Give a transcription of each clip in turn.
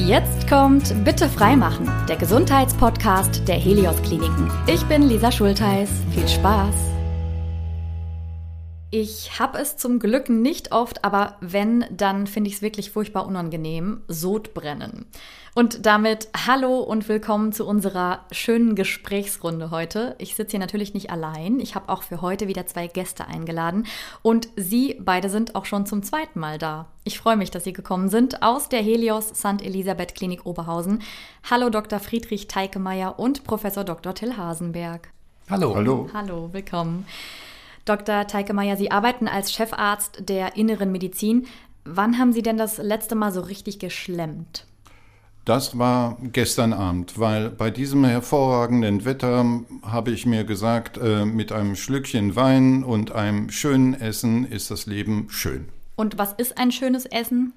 Jetzt kommt Bitte freimachen, der Gesundheitspodcast der Helios Kliniken. Ich bin Lisa Schultheis. Viel Spaß! Ich habe es zum Glück nicht oft, aber wenn, dann finde ich es wirklich furchtbar unangenehm. Sodbrennen. Und damit hallo und willkommen zu unserer schönen Gesprächsrunde heute. Ich sitze hier natürlich nicht allein. Ich habe auch für heute wieder 2 Gäste eingeladen. Und Sie beide sind auch schon zum 2. Mal da. Ich freue mich, dass Sie gekommen sind aus der Helios St. Elisabeth Klinik Oberhausen. Hallo Dr. Friedrich Teikemeyer und Professor Dr. Till Hasenberg. Hallo. Hallo. Hallo, willkommen. Dr. Teikemeyer, Sie arbeiten als Chefarzt der Inneren Medizin. Wann haben Sie denn das letzte Mal so richtig geschlemmt? Das war gestern Abend, weil bei diesem hervorragenden Wetter habe ich mir gesagt, mit einem Schlückchen Wein und einem schönen Essen ist das Leben schön. Und was ist ein schönes Essen?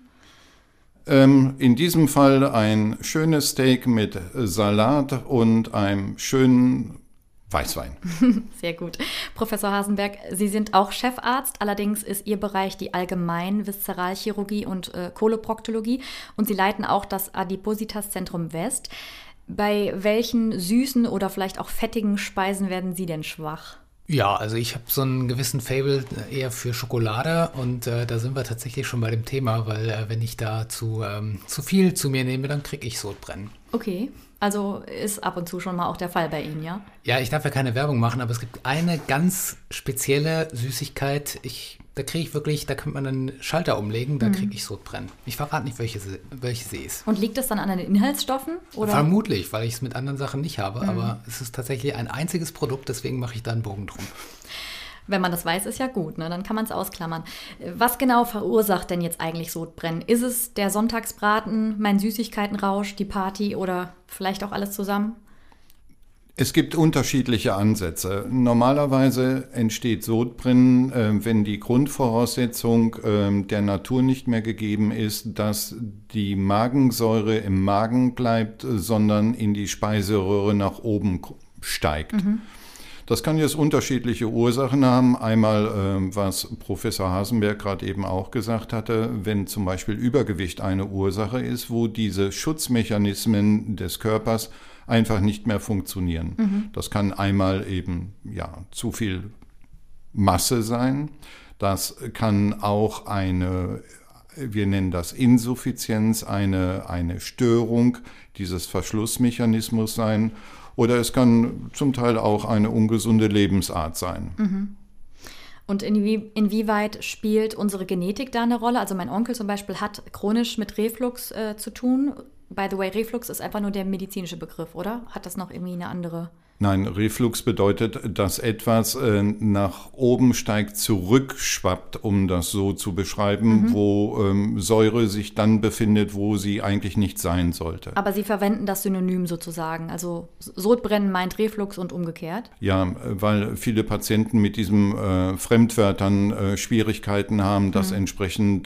In diesem Fall ein schönes Steak mit Salat und einem schönen Weißwein. Sehr gut. Professor Hasenberg, Sie sind auch Chefarzt, allerdings ist Ihr Bereich die Allgemein-Viszeralchirurgie und Koloproktologie und Sie leiten auch das Adipositas-Zentrum West. Bei welchen süßen oder vielleicht auch fettigen Speisen werden Sie denn schwach? Ja, also ich habe so einen gewissen Faible eher für Schokolade und da sind wir tatsächlich schon bei dem Thema, weil wenn ich da zu viel zu mir nehme, dann kriege ich Sodbrennen. Okay. Also ist ab und zu schon mal auch der Fall bei Ihnen, ja? Ja, ich darf ja keine Werbung machen, aber es gibt eine ganz spezielle Süßigkeit. Da kriege ich wirklich, da könnte man einen Schalter umlegen, da kriege ich Sodbrennen. Ich verrate nicht, welche sie ist. Und liegt das dann an den Inhaltsstoffen? Oder? Vermutlich, weil ich es mit anderen Sachen nicht habe, aber es ist tatsächlich ein einziges Produkt, deswegen mache ich da einen Bogen drum. Wenn man das weiß, ist ja gut, ne? Dann kann man es ausklammern. Was genau verursacht denn jetzt eigentlich Sodbrennen? Ist es der Sonntagsbraten, mein Süßigkeitenrausch, die Party oder vielleicht auch alles zusammen? Es gibt unterschiedliche Ansätze. Normalerweise entsteht Sodbrennen, wenn die Grundvoraussetzung der Natur nicht mehr gegeben ist, dass die Magensäure im Magen bleibt, sondern in die Speiseröhre nach oben steigt. Das kann jetzt unterschiedliche Ursachen haben. Einmal, was Professor Hasenberg gerade eben auch gesagt hatte, wenn zum Beispiel Übergewicht eine Ursache ist, wo diese Schutzmechanismen des Körpers einfach nicht mehr funktionieren. Das kann einmal eben zu viel Masse sein. Das kann auch wir nennen das Insuffizienz, eine Störung dieses Verschlussmechanismus sein. Oder es kann zum Teil auch eine ungesunde Lebensart sein. Und inwieweit spielt unsere Genetik da eine Rolle? Also mein Onkel zum Beispiel hat chronisch mit Reflux zu tun. By the way, Reflux ist einfach nur der medizinische Begriff, oder? Hat das noch irgendwie eine andere? Nein, Reflux bedeutet, dass etwas nach oben steigt, zurückschwappt, um das so zu beschreiben, wo Säure sich dann befindet, wo sie eigentlich nicht sein sollte. Aber Sie verwenden das Synonym sozusagen, also Sodbrennen meint Reflux und umgekehrt? Ja, weil viele Patienten mit diesen Fremdwörtern Schwierigkeiten haben, das entsprechend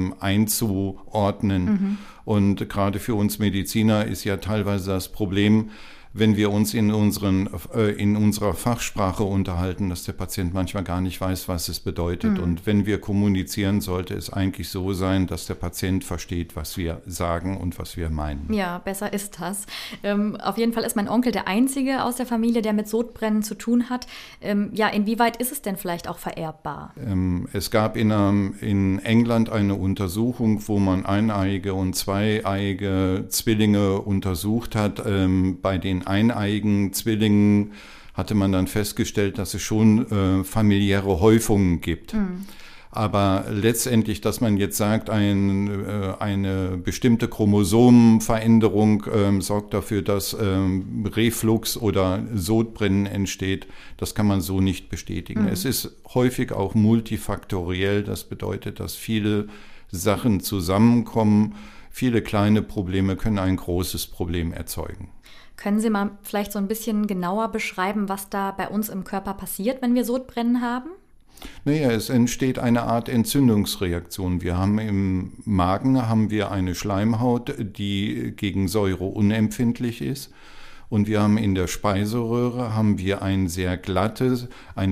einzuordnen. Und gerade für uns Mediziner ist ja teilweise das Problem, wenn wir uns in unserer Fachsprache unterhalten, dass der Patient manchmal gar nicht weiß, was es bedeutet. Und wenn wir kommunizieren, sollte es eigentlich so sein, dass der Patient versteht, was wir sagen und was wir meinen. Ja, besser ist das. Auf jeden Fall ist mein Onkel der Einzige aus der Familie, der mit Sodbrennen zu tun hat. Inwieweit ist es denn vielleicht auch vererbbar? Es gab in England eine Untersuchung, wo man eineiige und zweieiige Zwillinge untersucht hat. Bei den eineiigen Zwillingen hatte man dann festgestellt, dass es schon familiäre Häufungen gibt. Aber letztendlich, dass man jetzt sagt, eine bestimmte Chromosomenveränderung sorgt dafür, dass Reflux oder Sodbrennen entsteht, das kann man so nicht bestätigen. Es ist häufig auch multifaktoriell. Das bedeutet, dass viele Sachen zusammenkommen. Viele kleine Probleme können ein großes Problem erzeugen. Können Sie mal vielleicht so ein bisschen genauer beschreiben, was da bei uns im Körper passiert, wenn wir Sodbrennen haben? Naja, es entsteht eine Art Entzündungsreaktion. Wir haben im Magen eine Schleimhaut, die gegen Säure unempfindlich ist. Und wir haben in der Speiseröhre eine sehr glatte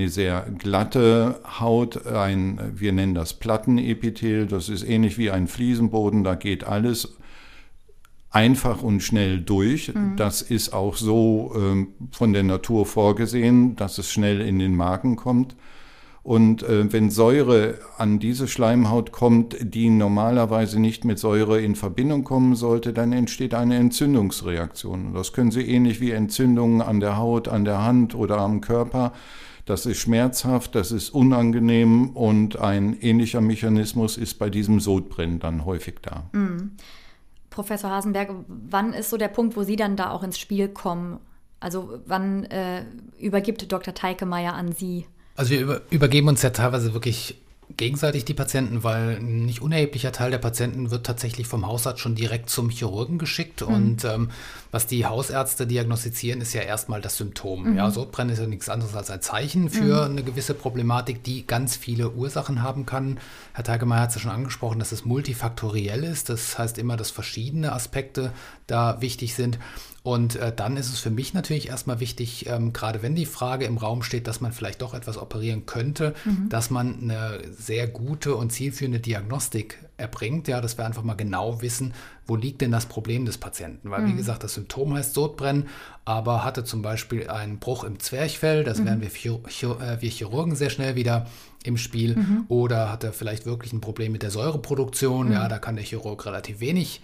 Haut, wir nennen das Plattenepithel, das ist ähnlich wie ein Fliesenboden, da geht alles einfach und schnell durch. Das ist auch so von der Natur vorgesehen, dass es schnell in den Magen kommt. Und wenn Säure an diese Schleimhaut kommt, die normalerweise nicht mit Säure in Verbindung kommen sollte, dann entsteht eine Entzündungsreaktion. Und das können Sie ähnlich wie Entzündungen an der Haut, an der Hand oder am Körper. Das ist schmerzhaft, das ist unangenehm und ein ähnlicher Mechanismus ist bei diesem Sodbrennen dann häufig da. Professor Hasenberg, wann ist so der Punkt, wo Sie dann da auch ins Spiel kommen? Also wann übergibt Dr. Teikemeyer an Sie? Also wir übergeben uns ja teilweise wirklich gegenseitig die Patienten, weil ein nicht unerheblicher Teil der Patienten wird tatsächlich vom Hausarzt schon direkt zum Chirurgen geschickt. Und was die Hausärzte diagnostizieren, ist ja erstmal das Symptom. Ja, Sodbrennen ist ja nichts anderes als ein Zeichen für eine gewisse Problematik, die ganz viele Ursachen haben kann. Herr Teikemeyer hat es ja schon angesprochen, dass es multifaktoriell ist. Das heißt immer, dass verschiedene Aspekte da wichtig sind. Und dann ist es für mich natürlich erstmal wichtig, gerade wenn die Frage im Raum steht, dass man vielleicht doch etwas operieren könnte, dass man eine sehr gute und zielführende Diagnostik erbringt, ja, dass wir einfach mal genau wissen, wo liegt denn das Problem des Patienten? Weil, wie gesagt, das Symptom heißt Sodbrennen, aber hatte zum Beispiel einen Bruch im Zwerchfell, das wären wir Chirurgen sehr schnell wieder im Spiel, oder hat er vielleicht wirklich ein Problem mit der Säureproduktion, ja, da kann der Chirurg relativ wenig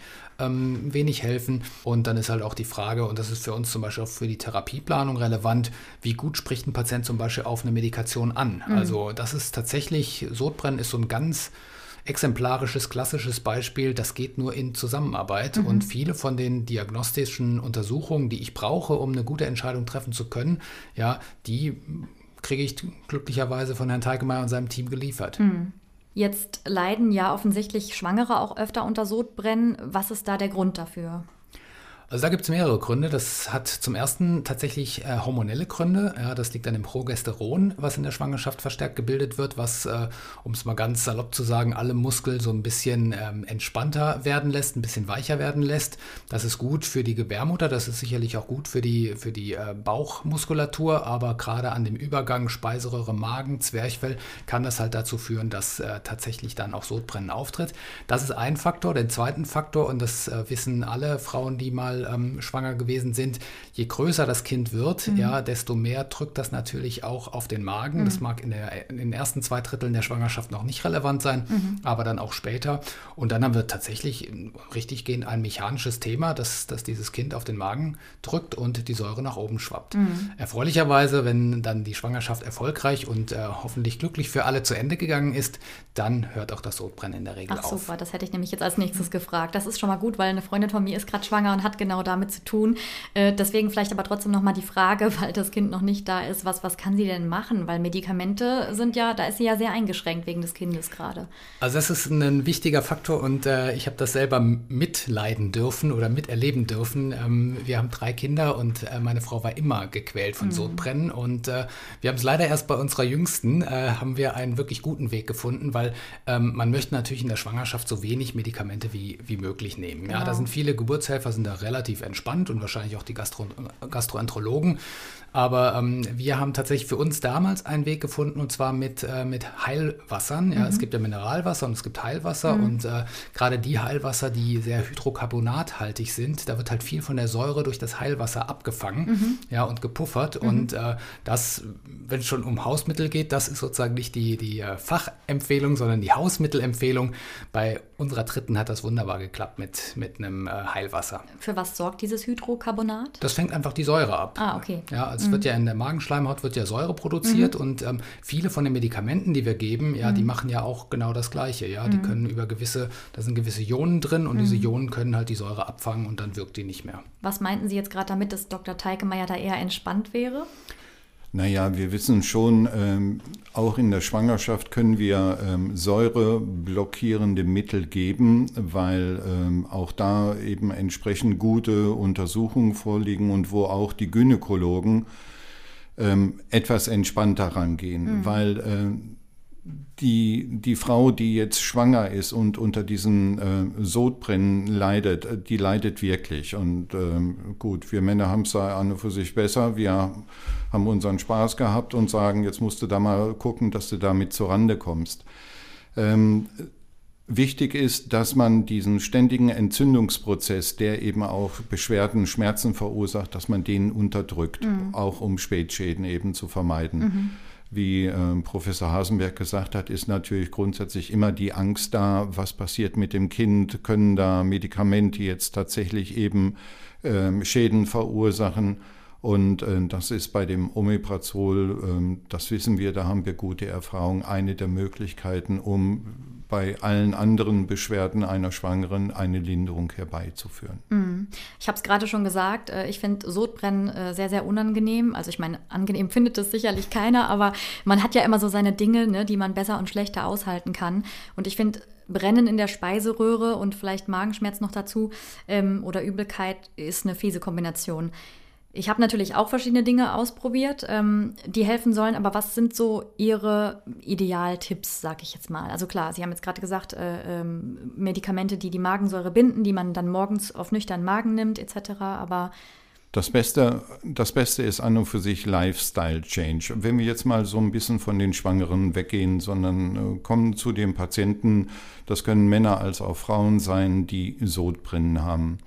helfen. Und dann ist halt auch die Frage, und das ist für uns zum Beispiel auch für die Therapieplanung relevant, wie gut spricht ein Patient zum Beispiel auf eine Medikation an? Also das ist tatsächlich, Sodbrennen ist so ein ganz exemplarisches, klassisches Beispiel, das geht nur in Zusammenarbeit. Und viele von den diagnostischen Untersuchungen, die ich brauche, um eine gute Entscheidung treffen zu können, ja, die kriege ich glücklicherweise von Herrn Teikemeyer und seinem Team geliefert. Jetzt leiden ja offensichtlich Schwangere auch öfter unter Sodbrennen. Was ist da der Grund dafür? Also da gibt es mehrere Gründe. Das hat zum ersten tatsächlich hormonelle Gründe. Ja, das liegt an dem Progesteron, was in der Schwangerschaft verstärkt gebildet wird, was, um es mal ganz salopp zu sagen, alle Muskeln so ein bisschen entspannter werden lässt, ein bisschen weicher werden lässt. Das ist gut für die Gebärmutter, das ist sicherlich auch gut für die Bauchmuskulatur, aber gerade an dem Übergang Speiseröhre, Magen, Zwerchfell kann das halt dazu führen, dass tatsächlich dann auch Sodbrennen auftritt. Das ist ein Faktor. Den zweiten Faktor, und das wissen alle Frauen, die mal schwanger gewesen sind, je größer das Kind wird, ja, desto mehr drückt das natürlich auch auf den Magen. Das mag in den ersten 2 Dritteln der Schwangerschaft noch nicht relevant sein, aber dann auch später. Und dann haben wir tatsächlich richtiggehend ein mechanisches Thema, dass dieses Kind auf den Magen drückt und die Säure nach oben schwappt. Erfreulicherweise, wenn dann die Schwangerschaft erfolgreich und hoffentlich glücklich für alle zu Ende gegangen ist, dann hört auch das Sodbrennen in der Regel auf. Ach super, das hätte ich nämlich jetzt als nächstes gefragt. Das ist schon mal gut, weil eine Freundin von mir ist gerade schwanger und hat genau damit zu tun. Deswegen vielleicht aber trotzdem nochmal die Frage, weil das Kind noch nicht da ist, was kann sie denn machen? Weil Medikamente da ist sie ja sehr eingeschränkt wegen des Kindes gerade. Also das ist ein wichtiger Faktor und ich habe das selber mitleiden dürfen oder miterleben dürfen. Wir haben 3 Kinder und meine Frau war immer gequält von Sodbrennen und wir haben es leider erst bei unserer Jüngsten, haben wir einen wirklich guten Weg gefunden, weil man möchte natürlich in der Schwangerschaft so wenig Medikamente wie möglich nehmen. Genau. Ja, da sind viele Geburtshelfer, sind da relativ entspannt und wahrscheinlich auch die Gastroenterologen. Aber wir haben tatsächlich für uns damals einen Weg gefunden und zwar mit Heilwassern. Ja, es gibt ja Mineralwasser und es gibt Heilwasser und gerade die Heilwasser, die sehr hydrocarbonathaltig sind, da wird halt viel von der Säure durch das Heilwasser abgefangen ja, und gepuffert. Und das, wenn es schon um Hausmittel geht, das ist sozusagen nicht die Fachempfehlung, sondern die Hausmittelempfehlung. Bei unserer dritten hat das wunderbar geklappt mit einem Heilwasser. Für was sorgt dieses Hydrocarbonat? Das fängt einfach die Säure ab. Ah, okay. Ja, also es wird ja in der Magenschleimhaut wird ja Säure produziert und viele von den Medikamenten, die wir geben, ja, die machen ja auch genau das Gleiche. Ja, die können da sind gewisse Ionen drin und diese Ionen können halt die Säure abfangen und dann wirkt die nicht mehr. Was meinten Sie jetzt gerade damit, dass Dr. Teikemeyer da eher entspannt wäre? Naja, wir wissen schon, auch in der Schwangerschaft können wir säureblockierende Mittel geben, weil auch da eben entsprechend gute Untersuchungen vorliegen und wo auch die Gynäkologen etwas entspannter rangehen, weil die Frau, die jetzt schwanger ist und unter diesen Sodbrennen leidet, die leidet wirklich. Und gut, wir Männer haben es da an und für sich besser. Wir haben unseren Spaß gehabt und sagen, jetzt musst du da mal gucken, dass du damit zur Rande kommst. Wichtig ist, dass man diesen ständigen Entzündungsprozess, der eben auch Beschwerden, Schmerzen verursacht, dass man den unterdrückt, auch um Spätschäden eben zu vermeiden. Wie Professor Hasenberg gesagt hat, ist natürlich grundsätzlich immer die Angst da, was passiert mit dem Kind, können da Medikamente jetzt tatsächlich eben Schäden verursachen. Und das ist bei dem Omeprazol, das wissen wir, da haben wir gute Erfahrungen, eine der Möglichkeiten, um bei allen anderen Beschwerden einer Schwangeren eine Linderung herbeizuführen. Ich habe es gerade schon gesagt, ich finde Sodbrennen sehr, sehr unangenehm. Also ich meine, angenehm findet es sicherlich keiner, aber man hat ja immer so seine Dinge, ne, die man besser und schlechter aushalten kann. Und ich finde, Brennen in der Speiseröhre und vielleicht Magenschmerz noch dazu oder Übelkeit ist eine fiese Kombination. Ich habe natürlich auch verschiedene Dinge ausprobiert, die helfen sollen, aber was sind so Ihre Idealtipps, sag ich jetzt mal? Also klar, Sie haben jetzt gerade gesagt, Medikamente, die die Magensäure binden, die man dann morgens auf nüchternen Magen nimmt, etc., aber Das Beste ist an und für sich Lifestyle Change. Wenn wir jetzt mal so ein bisschen von den Schwangeren weggehen, sondern kommen zu den Patienten, das können Männer als auch Frauen sein, die Sodbrennen haben.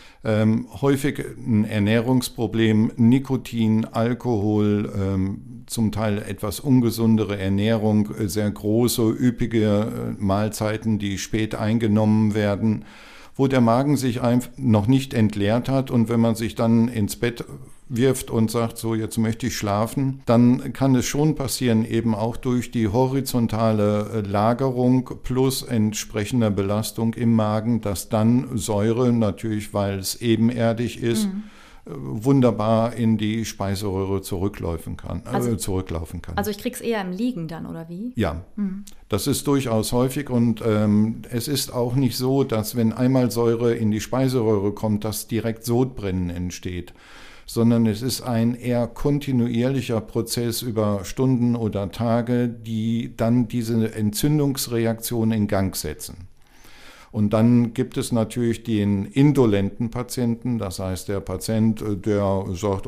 Häufig ein Ernährungsproblem, Nikotin, Alkohol, zum Teil etwas ungesundere Ernährung, sehr große, üppige Mahlzeiten, die spät eingenommen werden, wo der Magen sich noch nicht entleert hat, und wenn man sich dann ins Bett wirft und sagt, so jetzt möchte ich schlafen, dann kann es schon passieren, eben auch durch die horizontale Lagerung plus entsprechender Belastung im Magen, dass dann Säure natürlich, weil es ebenerdig ist, wunderbar in die Speiseröhre zurücklaufen kann. Also ich krieg's eher im Liegen dann, oder wie? Ja, das ist durchaus häufig, und es ist auch nicht so, dass wenn einmal Säure in die Speiseröhre kommt, dass direkt Sodbrennen entsteht, sondern es ist ein eher kontinuierlicher Prozess über Stunden oder Tage, die dann diese Entzündungsreaktion in Gang setzen. Und dann gibt es natürlich den indolenten Patienten, das heißt der Patient, der sagt,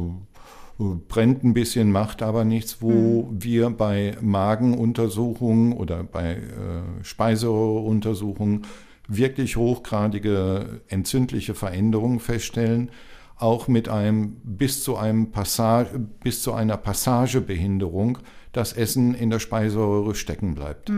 brennt ein bisschen, macht aber nichts, wo wir bei Magenuntersuchungen oder bei Speiseröhreuntersuchungen wirklich hochgradige entzündliche Veränderungen feststellen, auch mit einem bis zu einer Passagebehinderung, das Essen in der Speiseröhre stecken bleibt.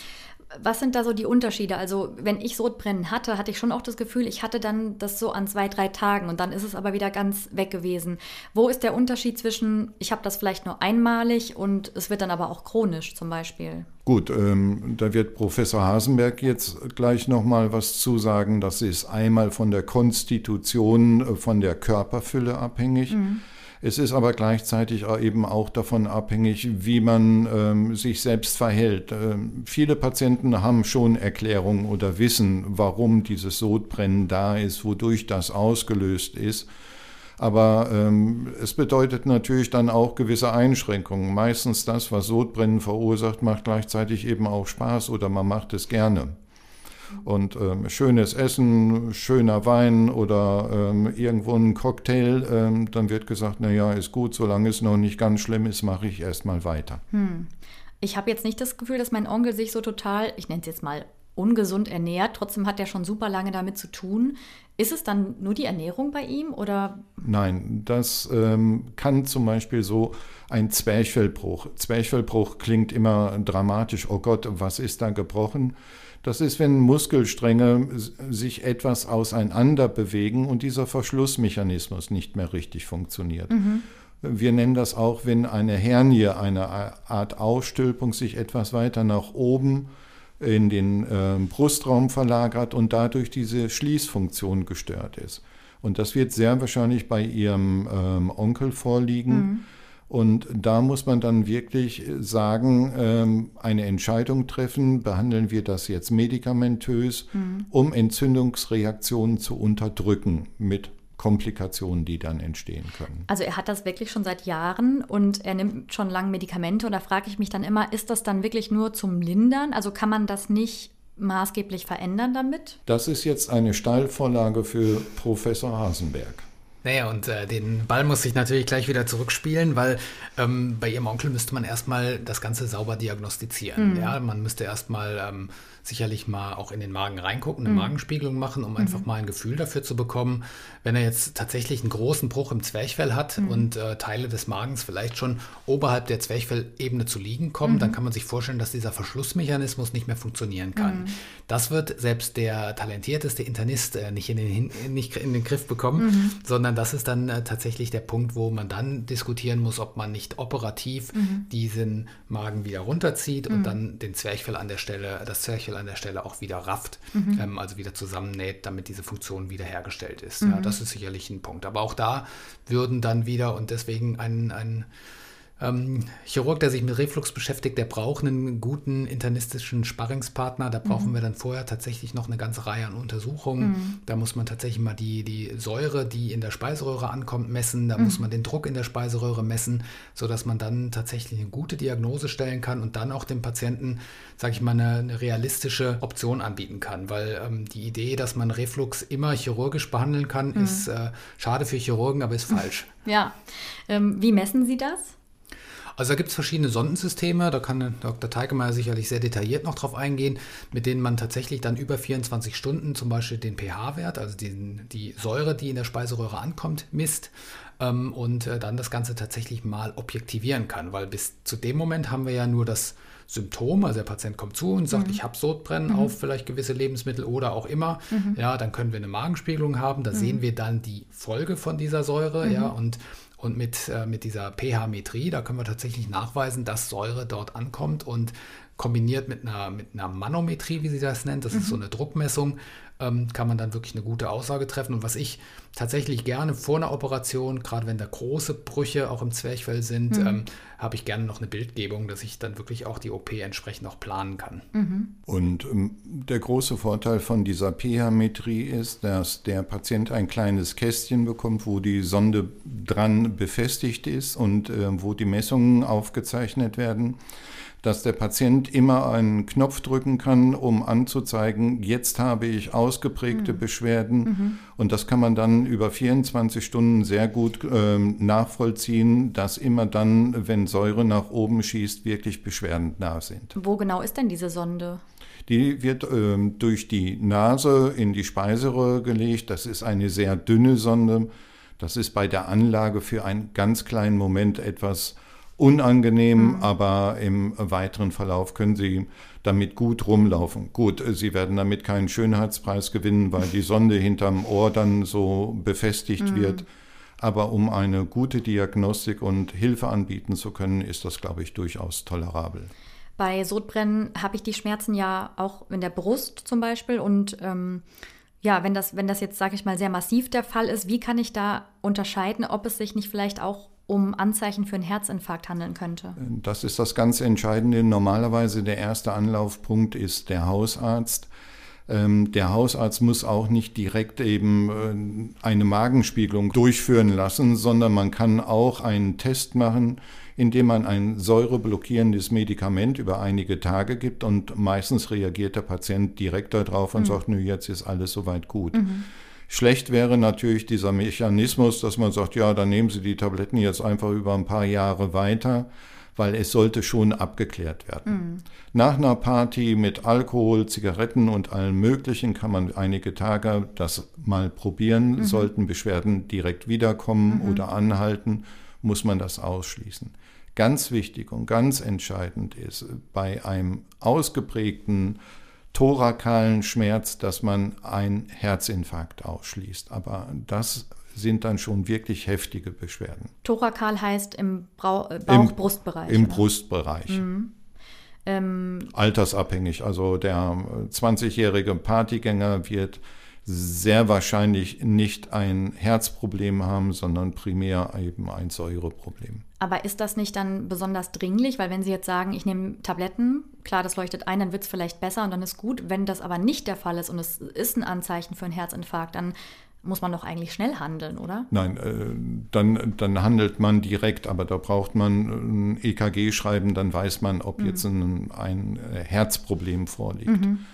Was sind da so die Unterschiede? Also wenn ich Sodbrennen hatte ich schon auch das Gefühl, ich hatte dann das so an 2-3 Tagen und dann ist es aber wieder ganz weg gewesen. Wo ist der Unterschied zwischen, ich habe das vielleicht nur einmalig und es wird dann aber auch chronisch zum Beispiel? Gut, da wird Professor Hasenberg jetzt gleich nochmal was zu sagen. Das ist einmal von der Konstitution, von der Körperfülle abhängig. Es ist aber gleichzeitig eben auch davon abhängig, wie man sich selbst verhält. Viele Patienten haben schon Erklärungen oder wissen, warum dieses Sodbrennen da ist, wodurch das ausgelöst ist. Aber es bedeutet natürlich dann auch gewisse Einschränkungen. Meistens das, was Sodbrennen verursacht, macht gleichzeitig eben auch Spaß oder man macht es gerne. Und schönes Essen, schöner Wein oder irgendwo ein Cocktail, dann wird gesagt, naja, ist gut, solange es noch nicht ganz schlimm ist, mache ich erstmal weiter. Ich habe jetzt nicht das Gefühl, dass mein Onkel sich so total, ich nenne es jetzt mal, ungesund ernährt. Trotzdem hat er schon super lange damit zu tun. Ist es dann nur die Ernährung bei ihm oder? Nein, das kann zum Beispiel so ein Zwerchfellbruch. Zwerchfellbruch klingt immer dramatisch. Oh Gott, was ist da gebrochen? Das ist, wenn Muskelstränge sich etwas auseinander bewegen und dieser Verschlussmechanismus nicht mehr richtig funktioniert. Wir nennen das auch, wenn eine Hernie, eine Art Ausstülpung sich etwas weiter nach oben in den Brustraum verlagert und dadurch diese Schließfunktion gestört ist. Und das wird sehr wahrscheinlich bei Ihrem Onkel vorliegen. Und da muss man dann wirklich sagen, eine Entscheidung treffen, behandeln wir das jetzt medikamentös, um Entzündungsreaktionen zu unterdrücken mit Komplikationen, die dann entstehen können. Also er hat das wirklich schon seit Jahren und er nimmt schon lange Medikamente und da frage ich mich dann immer, ist das dann wirklich nur zum Lindern? Also kann man das nicht maßgeblich verändern damit? Das ist jetzt eine Steilvorlage für Professor Hasenberg. Naja, und den Ball muss ich natürlich gleich wieder zurückspielen, weil bei Ihrem Onkel müsste man erstmal das Ganze sauber diagnostizieren. Ja, man müsste erstmal sicherlich mal auch in den Magen reingucken, eine Magenspiegelung machen, um einfach mal ein Gefühl dafür zu bekommen. Wenn er jetzt tatsächlich einen großen Bruch im Zwerchfell hat und Teile des Magens vielleicht schon oberhalb der Zwerchfellebene zu liegen kommen, dann kann man sich vorstellen, dass dieser Verschlussmechanismus nicht mehr funktionieren kann. Das wird selbst der talentierteste Internist nicht in den Griff bekommen, sondern das ist dann tatsächlich der Punkt, wo man dann diskutieren muss, ob man nicht operativ diesen Magen wieder runterzieht und dann das Zwerchfell an der Stelle auch wieder rafft, also wieder zusammennäht, damit diese Funktion wieder hergestellt ist. Ja, das ist sicherlich ein Punkt. Aber auch da würden dann wieder, und deswegen ein Chirurg, der sich mit Reflux beschäftigt, der braucht einen guten internistischen Sparringspartner. Da brauchen wir dann vorher tatsächlich noch eine ganze Reihe an Untersuchungen. Da muss man tatsächlich mal die Säure, die in der Speiseröhre ankommt, messen. Da muss man den Druck in der Speiseröhre messen, sodass man dann tatsächlich eine gute Diagnose stellen kann und dann auch dem Patienten, sage ich mal, eine realistische Option anbieten kann. Weil die Idee, dass man Reflux immer chirurgisch behandeln kann, ist schade für Chirurgen, aber ist falsch. Ja. Wie messen Sie das? Also da gibt es verschiedene Sondensysteme, da kann Dr. Teikemeyer sicherlich sehr detailliert noch drauf eingehen, mit denen man tatsächlich dann über 24 Stunden zum Beispiel den pH-Wert, also die Säure, die in der Speiseröhre ankommt, misst und dann das Ganze tatsächlich mal objektivieren kann, weil bis zu dem Moment haben wir ja nur das Symptom, also der Patient kommt zu und sagt, ich habe Sodbrennen auf vielleicht gewisse Lebensmittel oder auch immer, ja, dann können wir eine Magenspiegelung haben, da sehen wir dann die Folge von dieser Säure, ja, und mit dieser pH-Metrie, da können wir tatsächlich nachweisen, dass Säure dort ankommt und kombiniert mit einer Manometrie, wie sie das nennt, das ist so eine Druckmessung, kann man dann wirklich eine gute Aussage treffen. Und was ich tatsächlich gerne vor einer Operation, gerade wenn da große Brüche auch im Zwerchfell sind, habe ich gerne noch eine Bildgebung, dass ich dann wirklich auch die OP entsprechend auch planen kann. Und der große Vorteil von dieser pH-Metrie ist, dass der Patient ein kleines Kästchen bekommt, wo die Sonde dran befestigt ist und wo die Messungen aufgezeichnet werden, dass der Patient immer einen Knopf drücken kann, um anzuzeigen, jetzt habe ich ausgeprägte Beschwerden. Und das kann man dann über 24 Stunden sehr gut nachvollziehen, dass immer dann, wenn Säure nach oben schießt, wirklich Beschwerden da sind. Wo genau ist denn diese Sonde? Die wird durch die Nase in die Speiseröhre gelegt. Das ist eine sehr dünne Sonde. Das ist bei der Anlage für einen ganz kleinen Moment etwas unangenehm, aber im weiteren Verlauf können Sie damit gut rumlaufen. Gut, Sie werden damit keinen Schönheitspreis gewinnen, weil die Sonde hinterm Ohr dann so befestigt wird. Aber um eine gute Diagnostik und Hilfe anbieten zu können, ist das, glaube ich, durchaus tolerabel. Bei Sodbrennen habe ich die Schmerzen ja auch in der Brust zum Beispiel und ja, wenn das jetzt, sage ich mal, sehr massiv der Fall ist, wie kann ich da unterscheiden, ob es sich nicht vielleicht auch um Anzeichen für einen Herzinfarkt handeln könnte? Das ist das ganz Entscheidende. Normalerweise der erste Anlaufpunkt ist der Hausarzt. Der Hausarzt muss auch nicht direkt eben eine Magenspiegelung durchführen lassen, sondern man kann auch einen Test machen, indem man ein säureblockierendes Medikament über einige Tage gibt und meistens reagiert der Patient direkt darauf und sagt, nö, jetzt ist alles soweit gut. Schlecht wäre natürlich dieser Mechanismus, dass man sagt, ja, dann nehmen Sie die Tabletten jetzt einfach über ein paar Jahre weiter, weil es sollte schon abgeklärt werden. Nach einer Party mit Alkohol, Zigaretten und allem Möglichen kann man einige Tage das mal probieren. Sollten Beschwerden direkt wiederkommen oder anhalten, muss man das ausschließen. Ganz wichtig und ganz entscheidend ist bei einem ausgeprägten thorakalen Schmerz, dass man einen Herzinfarkt ausschließt. Aber das sind dann schon wirklich heftige Beschwerden. Thorakal heißt im Bauch-Brustbereich? Im Brustbereich. Altersabhängig. Also der 20-jährige Partygänger wird sehr wahrscheinlich nicht ein Herzproblem haben, sondern primär eben ein Säureproblem. Aber ist das nicht dann besonders dringlich? Weil wenn Sie jetzt sagen, ich nehme Tabletten, klar, das leuchtet ein, dann wird es vielleicht besser und dann ist gut. Wenn das aber nicht der Fall ist und es ist ein Anzeichen für einen Herzinfarkt, dann muss man doch eigentlich schnell handeln, oder? Nein, dann handelt man direkt, aber da braucht man ein EKG schreiben, dann weiß man, ob jetzt ein Herzproblem vorliegt.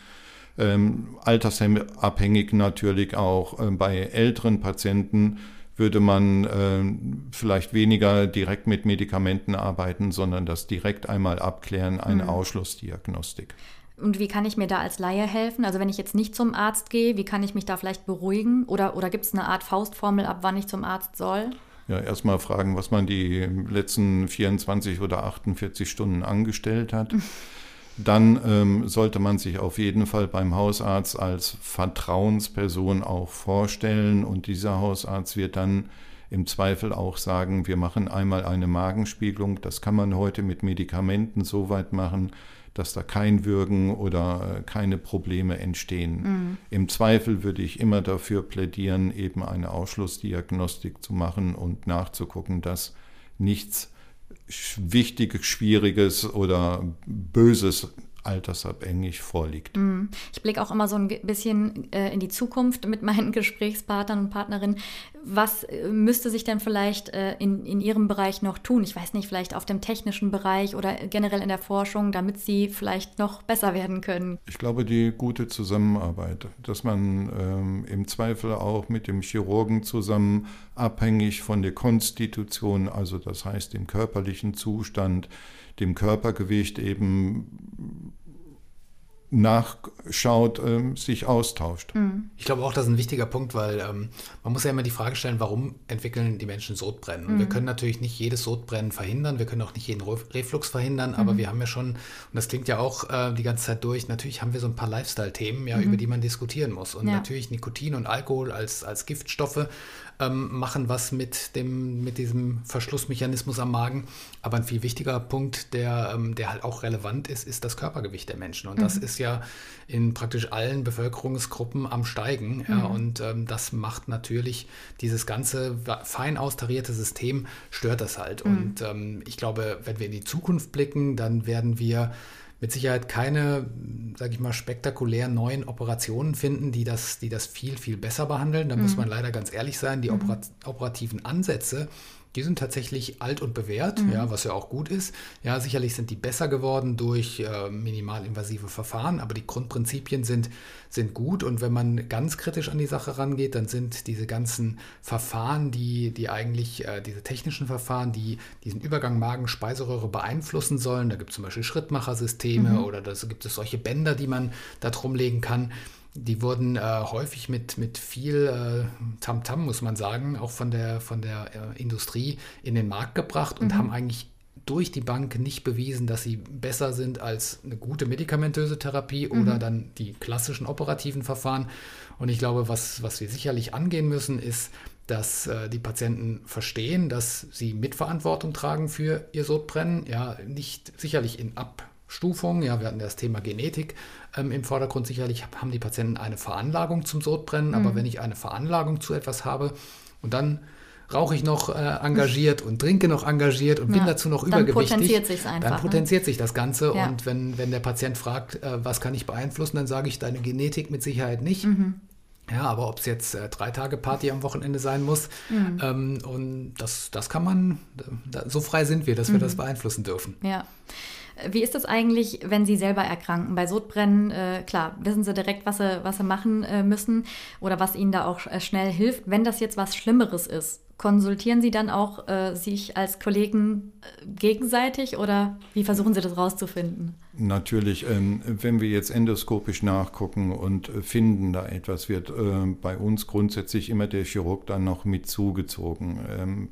Altersabhängig natürlich auch bei älteren Patienten würde man vielleicht weniger direkt mit Medikamenten arbeiten, sondern das direkt einmal abklären, eine Ausschlussdiagnostik. Und wie kann ich mir da als Laie helfen? Also wenn ich jetzt nicht zum Arzt gehe, wie kann ich mich da vielleicht beruhigen? Oder gibt es eine Art Faustformel, ab wann ich zum Arzt soll? Ja, erstmal fragen, was man die letzten 24 oder 48 Stunden angestellt hat. Dann sollte man sich auf jeden Fall beim Hausarzt als Vertrauensperson auch vorstellen. Und dieser Hausarzt wird dann im Zweifel auch sagen, wir machen einmal eine Magenspiegelung. Das kann man heute mit Medikamenten so weit machen, dass da kein Würgen oder keine Probleme entstehen. Im Zweifel würde ich immer dafür plädieren, eben eine Ausschlussdiagnostik zu machen und nachzugucken, dass nichts Wichtiges, Schwieriges oder Böses altersabhängig vorliegt. Ich blicke auch immer so ein bisschen in die Zukunft mit meinen Gesprächspartnern und Partnerinnen. Was müsste sich denn vielleicht in Ihrem Bereich noch tun? Ich weiß nicht, vielleicht auf dem technischen Bereich oder generell in der Forschung, damit Sie vielleicht noch besser werden können? Ich glaube, die gute Zusammenarbeit, dass man im Zweifel auch mit dem Chirurgen zusammen, abhängig von der Konstitution, also das heißt dem körperlichen Zustand, dem Körpergewicht eben nachschaut, sich austauscht. Ich glaube auch, das ist ein wichtiger Punkt, weil man muss ja immer die Frage stellen, warum entwickeln die Menschen Sodbrennen? Und wir können natürlich nicht jedes Sodbrennen verhindern, wir können auch nicht jeden Reflux verhindern, aber wir haben ja schon, und das klingt ja auch die ganze Zeit durch, natürlich haben wir so ein paar Lifestyle-Themen, ja, über die man diskutieren muss. Und natürlich Nikotin und Alkohol als Giftstoffe machen was mit diesem Verschlussmechanismus am Magen. Aber ein viel wichtigerer Punkt, der halt auch relevant ist das Körpergewicht der Menschen. Und das ist ja in praktisch allen Bevölkerungsgruppen am Steigen. Ja, und das macht natürlich dieses ganze fein austarierte System, stört das halt. Und ich glaube, wenn wir in die Zukunft blicken, dann werden wir mit Sicherheit keine, sage ich mal, spektakulär neuen Operationen finden, die das viel, viel besser behandeln. Da muss man leider ganz ehrlich sein, die operativen Ansätze, die sind tatsächlich alt und bewährt, ja, was ja auch gut ist. Ja, sicherlich sind die besser geworden durch minimalinvasive Verfahren, aber die Grundprinzipien sind gut. Und wenn man ganz kritisch an die Sache rangeht, dann sind diese ganzen Verfahren, die eigentlich, diese technischen Verfahren, die diesen Übergang Magen-Speiseröhre beeinflussen sollen, da gibt es zum Beispiel Schrittmachersysteme oder da gibt es solche Bänder, die man da drum legen kann. Die wurden häufig mit viel Tamtam, muss man sagen, auch von der Industrie in den Markt gebracht und haben eigentlich durch die Bank nicht bewiesen, dass sie besser sind als eine gute medikamentöse Therapie oder dann die klassischen operativen Verfahren. Und ich glaube, was wir sicherlich angehen müssen, ist, dass die Patienten verstehen, dass sie Mitverantwortung tragen für ihr Sodbrennen, ja, nicht sicherlich in Abstufung, ja, wir hatten das Thema Genetik im Vordergrund, sicherlich haben die Patienten eine Veranlagung zum Sodbrennen, aber wenn ich eine Veranlagung zu etwas habe und dann rauche ich noch engagiert und trinke noch engagiert und bin dazu noch übergewichtig, dann potenziert sich das Ganze. Ja. Und wenn der Patient fragt, was kann ich beeinflussen, dann sage ich, deine Genetik mit Sicherheit nicht. Ja, aber ob es jetzt 3 Tage Party am Wochenende sein muss, und das kann man, so frei sind wir, dass wir das beeinflussen dürfen. Ja. Wie ist das eigentlich, wenn Sie selber erkranken? Bei Sodbrennen, klar, wissen Sie direkt, was Sie machen müssen oder was Ihnen da auch schnell hilft. Wenn das jetzt was Schlimmeres ist, konsultieren Sie dann auch sich als Kollegen gegenseitig oder wie versuchen Sie das rauszufinden? Natürlich, wenn wir jetzt endoskopisch nachgucken und finden da etwas, wird bei uns grundsätzlich immer der Chirurg dann noch mit zugezogen.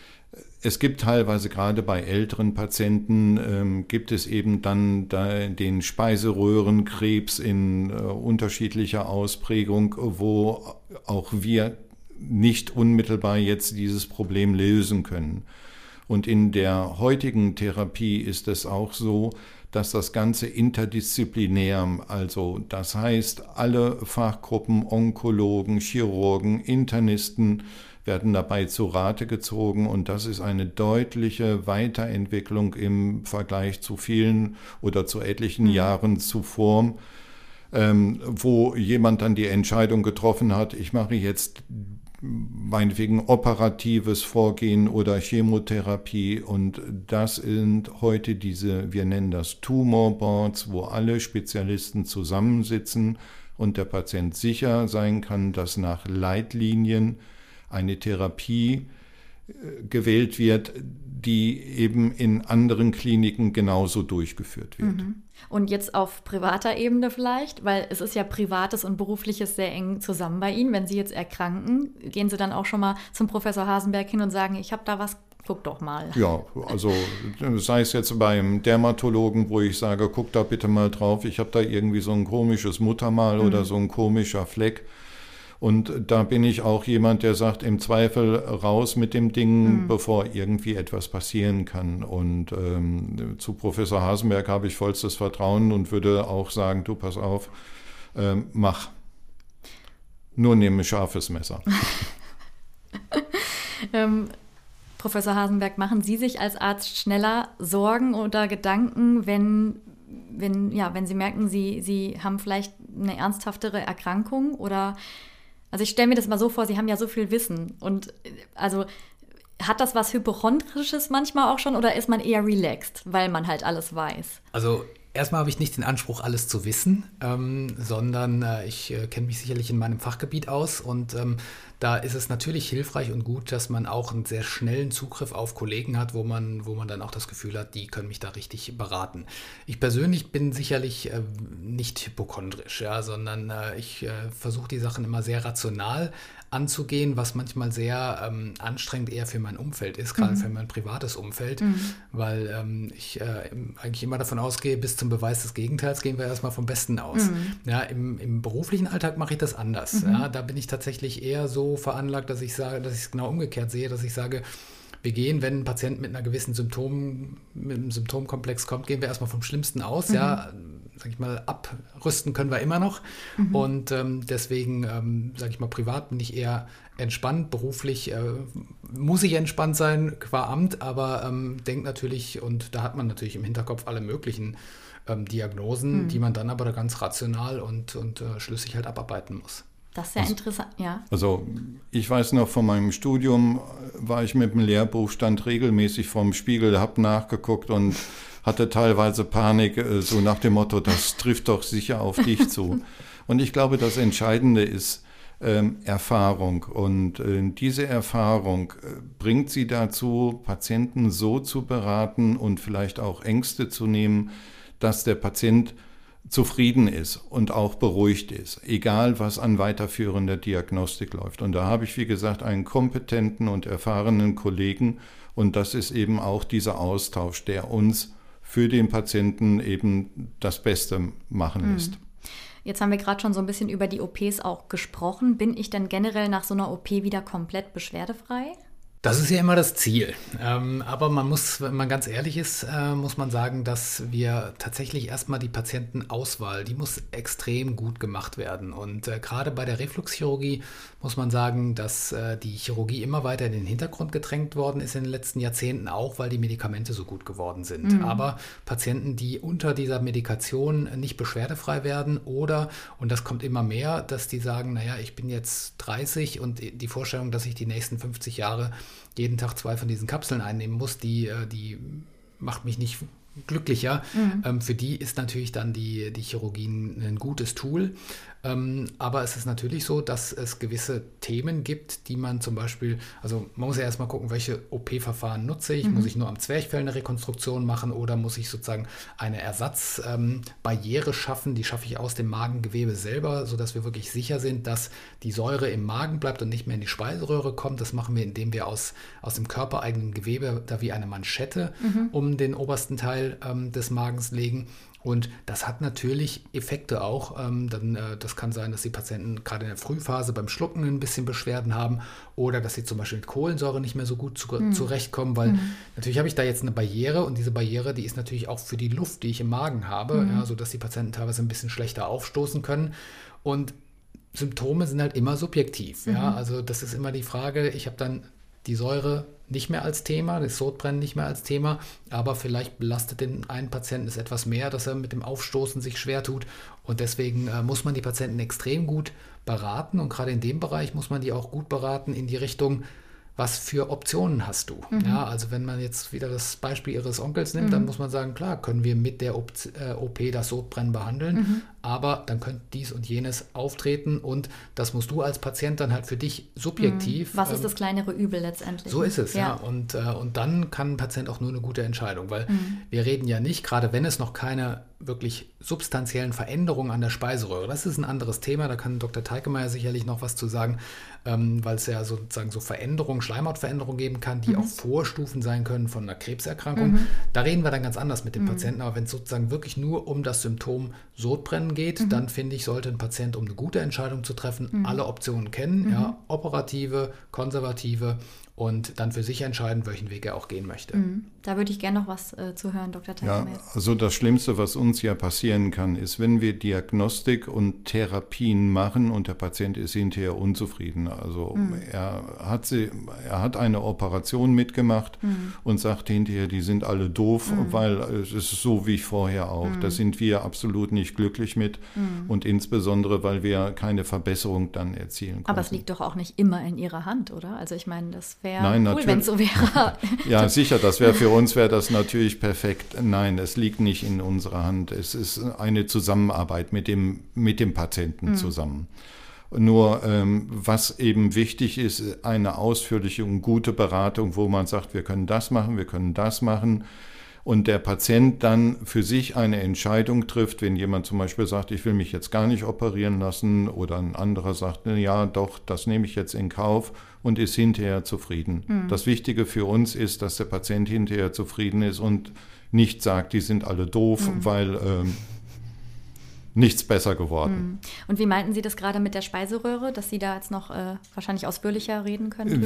Es gibt teilweise, gerade bei älteren Patienten, gibt es eben dann den Speiseröhrenkrebs in unterschiedlicher Ausprägung, wo auch wir nicht unmittelbar jetzt dieses Problem lösen können. Und in der heutigen Therapie ist es auch so, dass das Ganze interdisziplinär, also das heißt, alle Fachgruppen, Onkologen, Chirurgen, Internisten werden dabei zu Rate gezogen und das ist eine deutliche Weiterentwicklung im Vergleich zu vielen oder zu etlichen Jahren zuvor, wo jemand dann die Entscheidung getroffen hat, ich mache jetzt meinetwegen operatives Vorgehen oder Chemotherapie und das sind heute wir nennen das Tumor Boards, wo alle Spezialisten zusammensitzen und der Patient sicher sein kann, dass nach Leitlinien eine Therapie gewählt wird, die eben in anderen Kliniken genauso durchgeführt wird. Und jetzt auf privater Ebene vielleicht, weil es ist ja Privates und Berufliches sehr eng zusammen bei Ihnen. Wenn Sie jetzt erkranken, gehen Sie dann auch schon mal zum Professor Hasenberg hin und sagen, ich habe da was, guck doch mal. Ja, also sei es jetzt beim Dermatologen, wo ich sage, guck da bitte mal drauf, ich habe da irgendwie so ein komisches Muttermal oder so ein komischer Fleck. Und da bin ich auch jemand, der sagt, im Zweifel raus mit dem Ding, bevor irgendwie etwas passieren kann. Und zu Professor Hasenberg habe ich vollstes Vertrauen und würde auch sagen, du pass auf, mach. Nur nehme ein scharfes Messer. Professor Hasenberg, machen Sie sich als Arzt schneller Sorgen oder Gedanken, wenn Sie merken, Sie haben vielleicht eine ernsthaftere Erkrankung oder... Also ich stelle mir das mal so vor, Sie haben ja so viel Wissen und also hat das was Hypochondrisches manchmal auch schon oder ist man eher relaxed, weil man halt alles weiß? Also erstmal habe ich nicht den Anspruch, alles zu wissen, sondern ich kenne mich sicherlich in meinem Fachgebiet aus und da ist es natürlich hilfreich und gut, dass man auch einen sehr schnellen Zugriff auf Kollegen hat, wo man dann auch das Gefühl hat, die können mich da richtig beraten. Ich persönlich bin sicherlich nicht hypochondrisch, ja, sondern ich versuche die Sachen immer sehr rational anzugehen, was manchmal sehr anstrengend eher für mein Umfeld ist, gerade für mein privates Umfeld, weil ich eigentlich immer davon ausgehe, bis zum Beweis des Gegenteils gehen wir erstmal vom Besten aus. Ja, im beruflichen Alltag mache ich das anders. Ja, da bin ich tatsächlich eher so veranlagt, dass ich sage, dass ich es genau umgekehrt sehe, dass ich sage, wir gehen, wenn ein Patient mit einer gewissen mit einem Symptomkomplex kommt, gehen wir erstmal vom Schlimmsten aus, ja, sag ich mal, abrüsten können wir immer noch und deswegen, sag ich mal, privat bin ich eher entspannt, beruflich muss ich entspannt sein qua Amt, aber denkt natürlich und da hat man natürlich im Hinterkopf alle möglichen Diagnosen, die man dann aber da ganz rational und schlüssig halt abarbeiten muss. Das ist sehr interessant, ja. Also ich weiß noch, von meinem Studium war ich mit dem Lehrbuch, stand regelmäßig vorm Spiegel, habe nachgeguckt und hatte teilweise Panik, so nach dem Motto, das trifft doch sicher auf dich zu. Und ich glaube, das Entscheidende ist Erfahrung. Und diese Erfahrung bringt sie dazu, Patienten so zu beraten und vielleicht auch Ängste zu nehmen, dass der Patient zufrieden ist und auch beruhigt ist, egal was an weiterführender Diagnostik läuft. Und da habe ich, wie gesagt, einen kompetenten und erfahrenen Kollegen und das ist eben auch dieser Austausch, der uns für den Patienten eben das Beste machen lässt. Jetzt haben wir gerade schon so ein bisschen über die OPs auch gesprochen. Bin ich denn generell nach so einer OP wieder komplett beschwerdefrei? Das ist ja immer das Ziel. Aber man muss, wenn man ganz ehrlich ist, muss man sagen, dass wir tatsächlich erstmal die Patientenauswahl, die muss extrem gut gemacht werden. Und gerade bei der Refluxchirurgie muss man sagen, dass die Chirurgie immer weiter in den Hintergrund gedrängt worden ist in den letzten Jahrzehnten, auch weil die Medikamente so gut geworden sind. Aber Patienten, die unter dieser Medikation nicht beschwerdefrei werden oder, und das kommt immer mehr, dass die sagen, naja, ich bin jetzt 30 und die Vorstellung, dass ich die nächsten 50 Jahre jeden Tag 2 von diesen Kapseln einnehmen muss, die macht mich nicht glücklicher. Für die ist natürlich dann die Chirurgie ein gutes Tool. Aber es ist natürlich so, dass es gewisse Themen gibt, die man zum Beispiel, also man muss ja erstmal gucken, welche OP-Verfahren nutze ich. Muss ich nur am Zwerchfell eine Rekonstruktion machen oder muss ich sozusagen eine Ersatzbarriere schaffen? Die schaffe ich aus dem Magengewebe selber, sodass wir wirklich sicher sind, dass die Säure im Magen bleibt und nicht mehr in die Speiseröhre kommt. Das machen wir, indem wir aus dem körpereigenen Gewebe da wie eine Manschette um den obersten Teil des Magens legen. Und das hat natürlich Effekte auch. Das kann sein, dass die Patienten gerade in der Frühphase beim Schlucken ein bisschen Beschwerden haben oder dass sie zum Beispiel mit Kohlensäure nicht mehr so gut zurechtkommen, weil natürlich habe ich da jetzt eine Barriere und diese Barriere, die ist natürlich auch für die Luft, die ich im Magen habe, ja, sodass die Patienten teilweise ein bisschen schlechter aufstoßen können. Und Symptome sind halt immer subjektiv. Ja? Also das ist immer die Frage, ich habe dann die Säure nicht mehr als Thema, das Sodbrennen nicht mehr als Thema, aber vielleicht belastet den einen Patienten es etwas mehr, dass er mit dem Aufstoßen sich schwer tut und deswegen muss man die Patienten extrem gut beraten und gerade in dem Bereich muss man die auch gut beraten in die Richtung, was für Optionen hast du? Ja, also wenn man jetzt wieder das Beispiel Ihres Onkels nimmt, dann muss man sagen, klar, können wir mit der OP das Sodbrennen behandeln, aber dann könnte dies und jenes auftreten und das musst du als Patient dann halt für dich subjektiv. Was ist das kleinere Übel letztendlich? So ist es, ja. Und dann kann ein Patient auch nur eine gute Entscheidung, weil wir reden ja nicht, gerade wenn es noch keine wirklich substanziellen Veränderungen an der Speiseröhre, das ist ein anderes Thema, da kann Dr. Teikemeyer sicherlich noch was zu sagen, weil es ja sozusagen so Veränderungen, Schleimhautveränderungen geben kann, die auch Vorstufen sein können von einer Krebserkrankung. Da reden wir dann ganz anders mit dem Patienten, aber wenn es sozusagen wirklich nur um das Symptom Sodbrennen geht, dann finde ich, sollte ein Patient, um eine gute Entscheidung zu treffen, alle Optionen kennen, ja, operative, konservative und dann für sich entscheiden, welchen Weg er auch gehen möchte. Da würde ich gerne noch was zu hören, Dr. Teikemeyer. Ja, also das Schlimmste, was uns ja passieren kann, ist, wenn wir Diagnostik und Therapien machen und der Patient ist hinterher unzufrieden. Also er hat eine Operation mitgemacht und sagt hinterher, die sind alle doof, weil es ist so wie vorher auch. Da sind wir absolut nicht glücklich mit und insbesondere, weil wir keine Verbesserung dann erzielen konnten. Aber es liegt doch auch nicht immer in Ihrer Hand, oder? Also ich meine, das wäre cool, natürlich. wenn es so wäre. Ja, sicher, für uns wäre das natürlich perfekt. Nein, es liegt nicht in unserer Hand. Es ist eine Zusammenarbeit mit dem Patienten zusammen. Nur was eben wichtig ist, eine ausführliche und gute Beratung, wo man sagt, wir können das machen, wir können das machen. Und der Patient dann für sich eine Entscheidung trifft, wenn jemand zum Beispiel sagt, ich will mich jetzt gar nicht operieren lassen oder ein anderer sagt, ja doch, das nehme ich jetzt in Kauf und ist hinterher zufrieden. Das Wichtige für uns ist, dass der Patient hinterher zufrieden ist und nicht sagt, die sind alle doof, weil nichts besser geworden. Und wie meinten Sie das gerade mit der Speiseröhre, dass Sie da jetzt noch wahrscheinlich ausführlicher reden können drüber?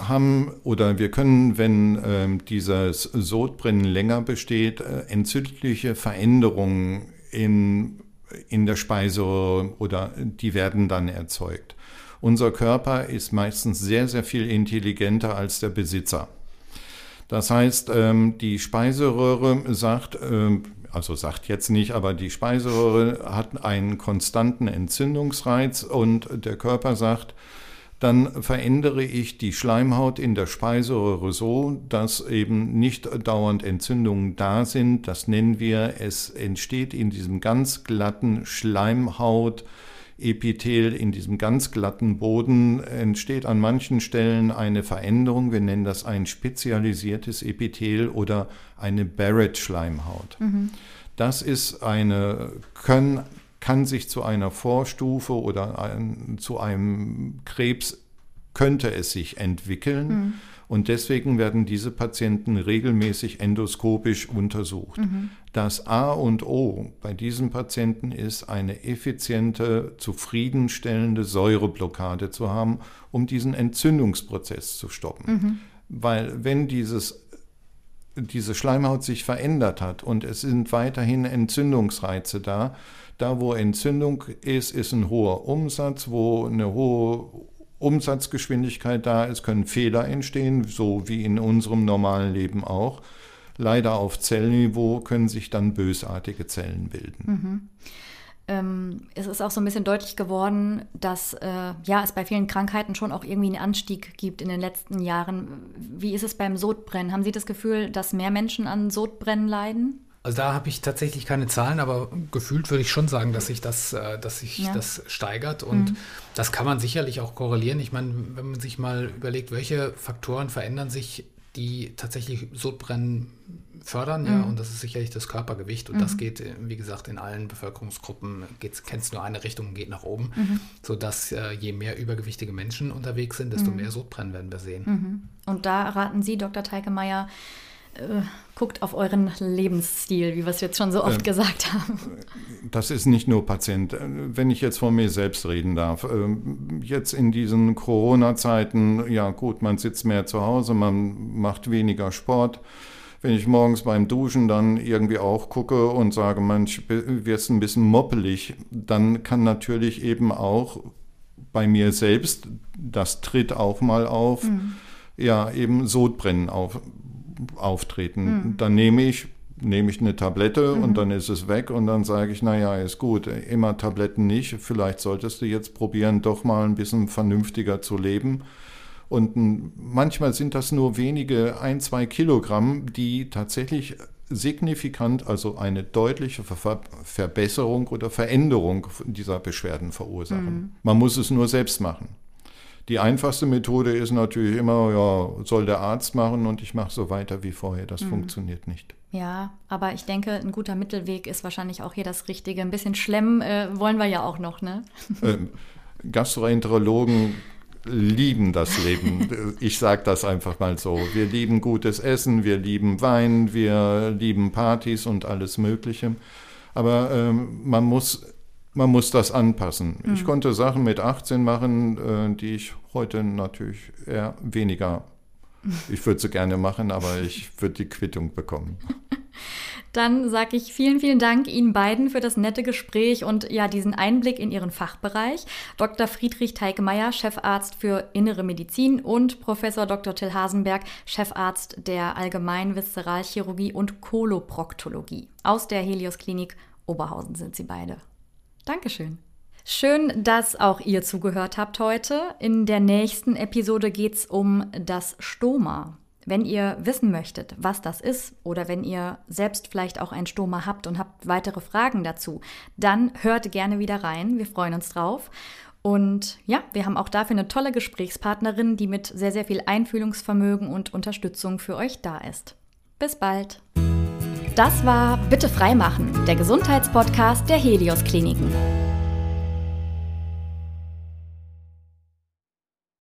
Wir können, wenn dieses Sodbrennen länger besteht, entzündliche Veränderungen in der Speiseröhre oder die werden dann erzeugt. Unser Körper ist meistens sehr, sehr viel intelligenter als der Besitzer. Das heißt, die Speiseröhre sagt jetzt nicht, aber die Speiseröhre hat einen konstanten Entzündungsreiz und der Körper sagt, dann verändere ich die Schleimhaut in der Speiseröhre so, dass eben nicht dauernd Entzündungen da sind. Das nennen wir, es entsteht in diesem ganz glatten Schleimhautepithel, in diesem ganz glatten Boden, entsteht an manchen Stellen eine Veränderung. Wir nennen das ein spezialisiertes Epithel oder eine Barrett-Schleimhaut. Das ist kann sich zu einer Vorstufe oder zu einem Krebs, könnte es sich entwickeln. Und deswegen werden diese Patienten regelmäßig endoskopisch untersucht. Das A und O bei diesen Patienten ist, eine effiziente, zufriedenstellende Säureblockade zu haben, um diesen Entzündungsprozess zu stoppen. Weil wenn diese Schleimhaut sich verändert hat und es sind weiterhin Entzündungsreize da wo Entzündung ist ein hoher Umsatz, wo eine hohe Umsatzgeschwindigkeit da ist, können Fehler entstehen, so wie in unserem normalen Leben auch. Leider auf Zellniveau können sich dann bösartige Zellen bilden. Es ist auch so ein bisschen deutlich geworden, dass es bei vielen Krankheiten schon auch irgendwie einen Anstieg gibt in den letzten Jahren. Wie ist es beim Sodbrennen? Haben Sie das Gefühl, dass mehr Menschen an Sodbrennen leiden? Also da habe ich tatsächlich keine Zahlen, aber gefühlt würde ich schon sagen, dass sich das steigert und das kann man sicherlich auch korrelieren. Ich meine, wenn man sich mal überlegt, welche Faktoren verändern sich, die tatsächlich Sodbrennen fördern, ja, und das ist sicherlich das Körpergewicht und das geht, wie gesagt, in allen Bevölkerungsgruppen, kennt es nur eine Richtung, geht nach oben, sodass je mehr übergewichtige Menschen unterwegs sind, desto mehr Sodbrennen werden wir sehen. Und da raten Sie, Dr. Teikemeyer, guckt auf euren Lebensstil, wie wir es jetzt schon so oft gesagt haben. Das ist nicht nur Patient. Wenn ich jetzt von mir selbst reden darf, jetzt in diesen Corona-Zeiten, ja gut, man sitzt mehr zu Hause, man macht weniger Sport. Wenn ich morgens beim Duschen dann irgendwie auch gucke und sage, Mensch, wirst ein bisschen moppelig, dann kann natürlich eben auch bei mir selbst, das tritt auch mal auf, eben Sodbrennen auftreten. Dann nehme ich eine Tablette und dann ist es weg und dann sage ich, naja, ist gut, immer Tabletten nicht, vielleicht solltest du jetzt probieren, doch mal ein bisschen vernünftiger zu leben Und manchmal sind das nur wenige 1-2 Kilogramm, die tatsächlich signifikant, also eine deutliche Verbesserung oder Veränderung dieser Beschwerden verursachen. Man muss es nur selbst machen. Die einfachste Methode ist natürlich immer, ja, soll der Arzt machen und ich mache so weiter wie vorher. Das funktioniert nicht. Ja, aber ich denke, ein guter Mittelweg ist wahrscheinlich auch hier das Richtige. Ein bisschen schlemmen wollen wir ja auch noch, ne? Gastroenterologen lieben das Leben. Ich sage das einfach mal so. Wir lieben gutes Essen, wir lieben Wein, wir lieben Partys und alles Mögliche. Aber man muss das anpassen. Ich konnte Sachen mit 18 machen, die ich heute natürlich eher weniger. Ich würde sie gerne machen, aber ich würde die Quittung bekommen. Dann sage ich vielen, vielen Dank Ihnen beiden für das nette Gespräch und ja, diesen Einblick in Ihren Fachbereich. Dr. Friedrich Teigmeier, Chefarzt für Innere Medizin und Professor Dr. Till Hasenberg, Chefarzt der Allgemeinviszeralchirurgie und Koloproktologie. Aus der Helios Klinik Oberhausen sind Sie beide. Dankeschön. Schön, dass auch ihr zugehört habt heute. In der nächsten Episode geht es um das Stoma. Wenn ihr wissen möchtet, was das ist oder wenn ihr selbst vielleicht auch ein Stoma habt und habt weitere Fragen dazu, dann hört gerne wieder rein. Wir freuen uns drauf. Und ja, wir haben auch dafür eine tolle Gesprächspartnerin, die mit sehr, sehr viel Einfühlungsvermögen und Unterstützung für euch da ist. Bis bald. Das war Bitte freimachen, der Gesundheitspodcast der Helios Kliniken.